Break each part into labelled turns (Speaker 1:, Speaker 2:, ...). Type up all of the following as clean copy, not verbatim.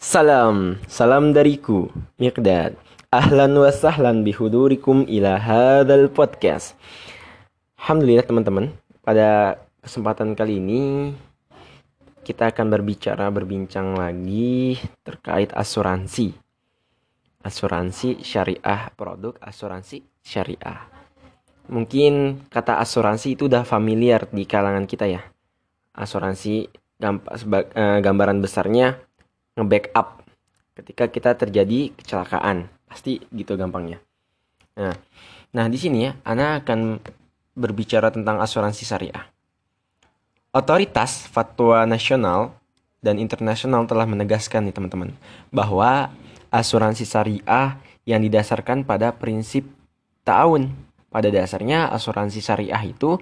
Speaker 1: Salam dariku, Miqdad. Ahlan wa sahlan bihudurikum ila hadzal podcast. Alhamdulillah teman-teman, pada kesempatan kali ini kita akan berbincang lagi terkait asuransi. Asuransi syariah, produk asuransi syariah. Mungkin kata asuransi itu udah familiar di kalangan kita ya. Asuransi gambaran besarnya nge-backup ketika kita terjadi kecelakaan. Pasti gitu gampangnya. Nah di sini ya, Ana akan berbicara tentang asuransi syariah. Otoritas fatwa nasional dan internasional telah menegaskan nih teman-teman, bahwa asuransi syariah yang didasarkan pada prinsip ta'awun. Pada dasarnya asuransi syariah itu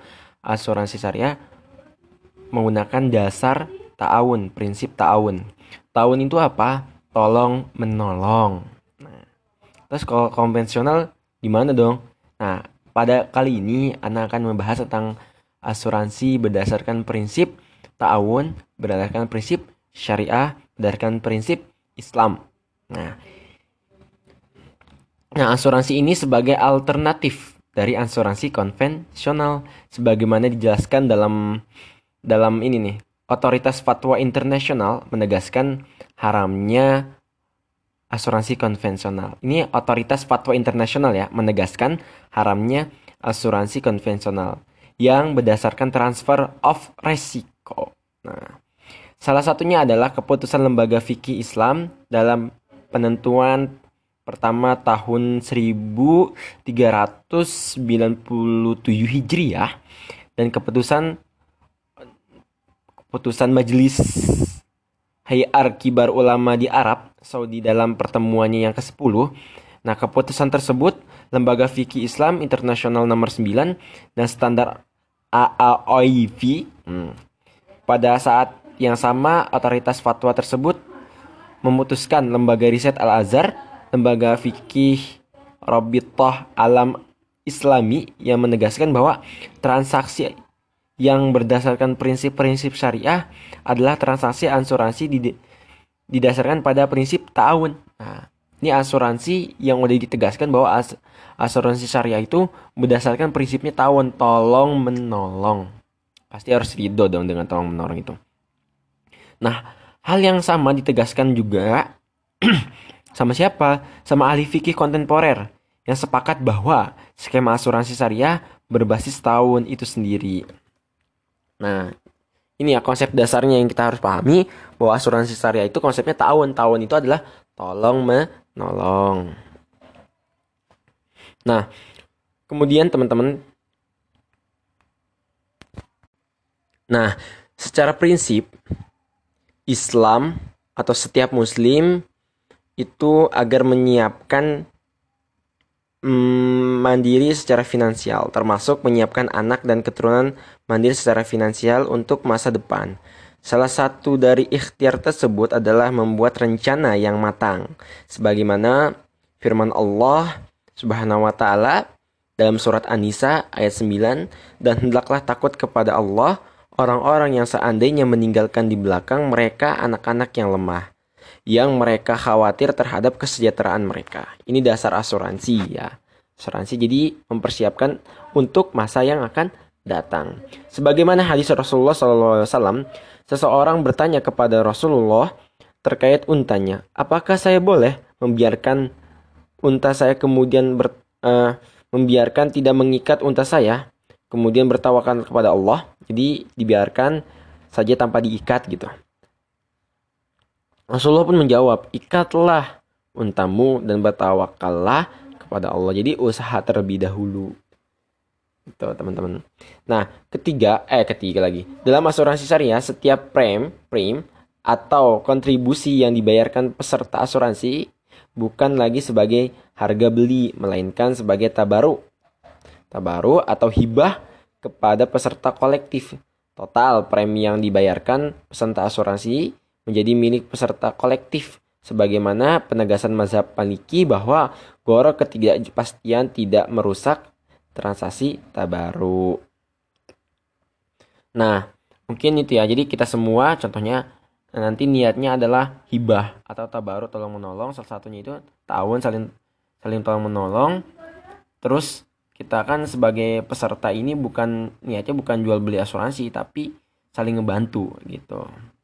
Speaker 1: menggunakan dasar ta'awun, prinsip ta'awun. Ta'awun itu apa? Tolong menolong. Nah, terus kalau konvensional gimana dong? Nah, pada kali ini Ana akan membahas tentang asuransi berdasarkan prinsip ta'awun, berdasarkan prinsip syariah, berdasarkan prinsip Islam. Nah, asuransi ini sebagai alternatif dari asuransi konvensional sebagaimana dijelaskan dalam ini nih. Otoritas Fatwa Internasional menegaskan haramnya asuransi konvensional. Ini Otoritas Fatwa Internasional ya, menegaskan haramnya asuransi konvensional yang berdasarkan transfer of resiko. Nah, salah satunya adalah keputusan Lembaga Fikih Islam dalam penentuan pertama tahun 1397 Hijriah dan keputusan Majelis Hay'ar Kibar Ulama di Arab Saudi dalam pertemuannya yang ke-10. Nah, keputusan tersebut Lembaga Fikih Islam Internasional nomor 9 dan standar AAOIV. Pada saat yang sama, otoritas fatwa tersebut memutuskan Lembaga Riset Al-Azhar, Lembaga Fikih Rabithah Alam Islami yang menegaskan bahwa transaksi yang berdasarkan prinsip-prinsip syariah adalah transaksi asuransi didasarkan pada prinsip ta'awun. Nah, ini asuransi yang udah ditegaskan bahwa asuransi syariah itu berdasarkan prinsipnya ta'awun, tolong menolong. Pasti harus ridho dong dengan tolong menolong itu. Nah, hal yang sama ditegaskan juga sama siapa? Sama ahli fikih kontemporer yang sepakat bahwa skema asuransi syariah berbasis ta'awun itu sendiri. Nah, ini ya konsep dasarnya yang kita harus pahami, bahwa asuransi syariah itu konsepnya ta'awun. Ta'awun itu adalah tolong menolong. Nah, kemudian teman-teman, secara prinsip Islam atau setiap muslim itu agar menyiapkan mandiri secara finansial, termasuk menyiapkan anak dan keturunan mandiri secara finansial untuk masa depan. Salah satu dari ikhtiar tersebut adalah membuat rencana yang matang, sebagaimana firman Allah Subhanahu wa taala dalam surat An-Nisa ayat 9, dan hendaklah takut kepada Allah orang-orang yang seandainya meninggalkan di belakang mereka anak-anak yang lemah, yang mereka khawatir terhadap kesejahteraan mereka. Ini dasar asuransi ya. Asuransi jadi mempersiapkan untuk masa yang akan datang. Sebagaimana hadis Rasulullah SAW, seseorang bertanya kepada Rasulullah terkait untanya, apakah saya boleh membiarkan unta saya kemudian membiarkan tidak mengikat unta saya, kemudian bertawakal kepada Allah. Jadi dibiarkan saja tanpa diikat gitu. Rasulullah pun menjawab, ikatlah untamu dan bertawakallah kepada Allah. Jadi usaha terlebih dahulu. Itu teman-teman. Nah, ketiga lagi. Dalam asuransi syariah, setiap prem atau kontribusi yang dibayarkan peserta asuransi bukan lagi sebagai harga beli, melainkan sebagai tabaru atau hibah kepada peserta kolektif. Total premi yang dibayarkan peserta asuransi menjadi milik peserta kolektif, sebagaimana penegasan mazhab Maliki bahwa gharar ketidakpastian tidak merusak transaksi tabaru. Nah, mungkin itu ya. Jadi kita semua contohnya nanti niatnya adalah hibah atau tabaruk tolong menolong, salah satunya itu ta'awun saling saling tolong menolong. Terus kita kan sebagai peserta ini niatnya bukan jual beli asuransi tapi saling ngebantu gitu.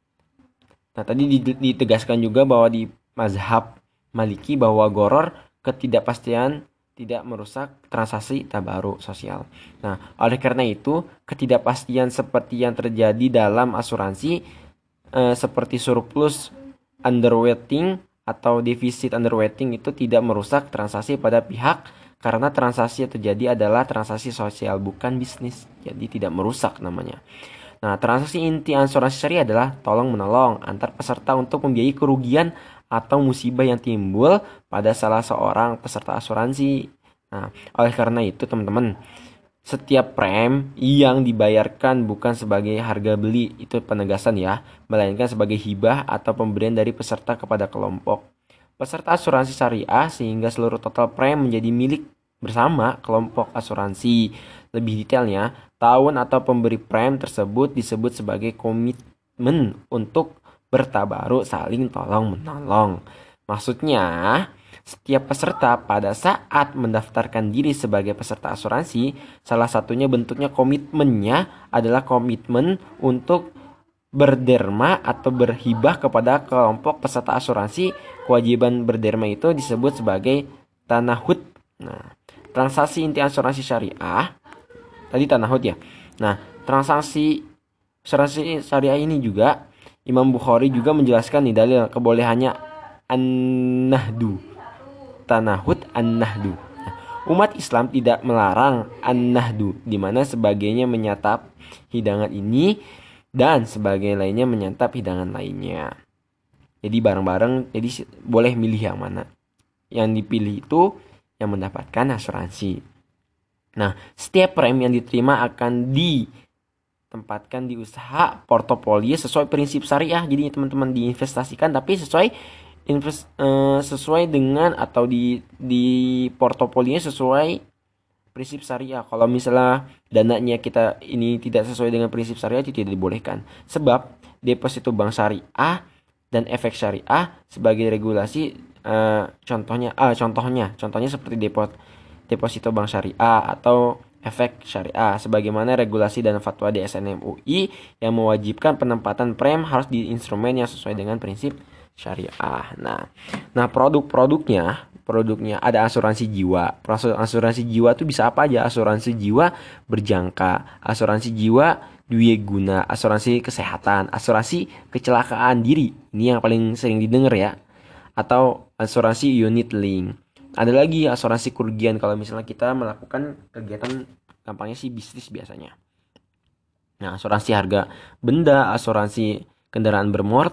Speaker 1: Nah, tadi ditegaskan juga bahwa di mazhab Maliki bahwa goror ketidakpastian tidak merusak transaksi tabaruk sosial. Nah, oleh karena itu, ketidakpastian seperti yang terjadi dalam asuransi seperti surplus underweighting atau defisit underweighting itu tidak merusak transaksi pada pihak karena transaksi yang terjadi adalah transaksi sosial bukan bisnis. Jadi tidak merusak namanya. Nah, transaksi inti asuransi syariah adalah tolong menolong antar peserta untuk membiayai kerugian atau musibah yang timbul pada salah seorang peserta asuransi. Nah, oleh karena itu teman-teman, setiap prem yang dibayarkan bukan sebagai harga beli, itu penegasan ya, melainkan sebagai hibah atau pemberian dari peserta kepada kelompok peserta asuransi syariah sehingga seluruh total prem menjadi milik bersama kelompok asuransi. Lebih detailnya, tahun atau pemberi prem tersebut disebut sebagai komitmen untuk bertabaruk saling tolong menolong. Maksudnya, setiap peserta pada saat mendaftarkan diri sebagai peserta asuransi, salah satunya bentuknya komitmennya adalah komitmen untuk berderma atau berhibah kepada kelompok peserta asuransi. Kewajiban berderma itu disebut sebagai tanahud. Nah, transaksi inti asuransi syariah tadi tanahud ya. Nah, transaksi asuransi syariah ini juga Imam Bukhari juga menjelaskan nih dalil kebolehannya an-nahdu. Tanahud an-nahdu. Nah, umat Islam tidak melarang an-nahdu di mana sebagainya menyatap hidangan ini dan sebagai lainnya menyantap hidangan lainnya. Jadi bareng-bareng, jadi boleh milih yang mana. Yang dipilih itu yang mendapatkan asuransi. Nah, setiap premi yang diterima akan ditempatkan di usaha portofolio sesuai prinsip syariah. Jadi teman-teman diinvestasikan tapi sesuai dengan atau di portofolionya sesuai prinsip syariah. Kalau misalnya dananya kita ini tidak sesuai dengan prinsip syariah itu tidak dibolehkan. Sebab deposito bank syariah dan efek syariah sebagai regulasi contohnya seperti deposito bank syariah atau efek syariah sebagaimana regulasi dan fatwa DSN MUI yang mewajibkan penempatan prem harus di instrumen yang sesuai dengan prinsip syariah. Nah produknya ada asuransi jiwa. Asuransi jiwa itu bisa apa aja? Asuransi jiwa berjangka, asuransi jiwa dwiguna, asuransi kesehatan, asuransi kecelakaan diri. Ini yang paling sering didengar ya. Atau asuransi unit link. Ada lagi asuransi kerugian kalau misalnya kita melakukan kegiatan gampangnya sih bisnis biasanya. Nah, asuransi harga benda, asuransi kendaraan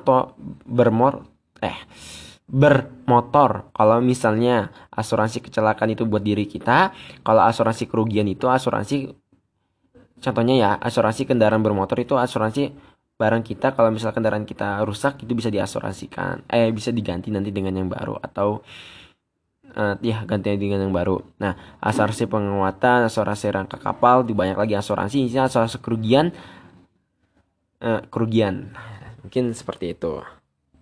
Speaker 1: bermotor. Kalau misalnya asuransi kecelakaan itu buat diri kita, kalau asuransi kerugian itu contohnya ya, asuransi kendaraan bermotor itu asuransi barang kita kalau misalnya kendaraan kita rusak itu bisa diasuransikan, bisa diganti nanti dengan yang baru atau ganti dengan yang baru. Nah, asuransi penguatan, asuransi rangka kapal, banyak lagi asuransi. Isinya asuransi kerugian. Mungkin seperti itu.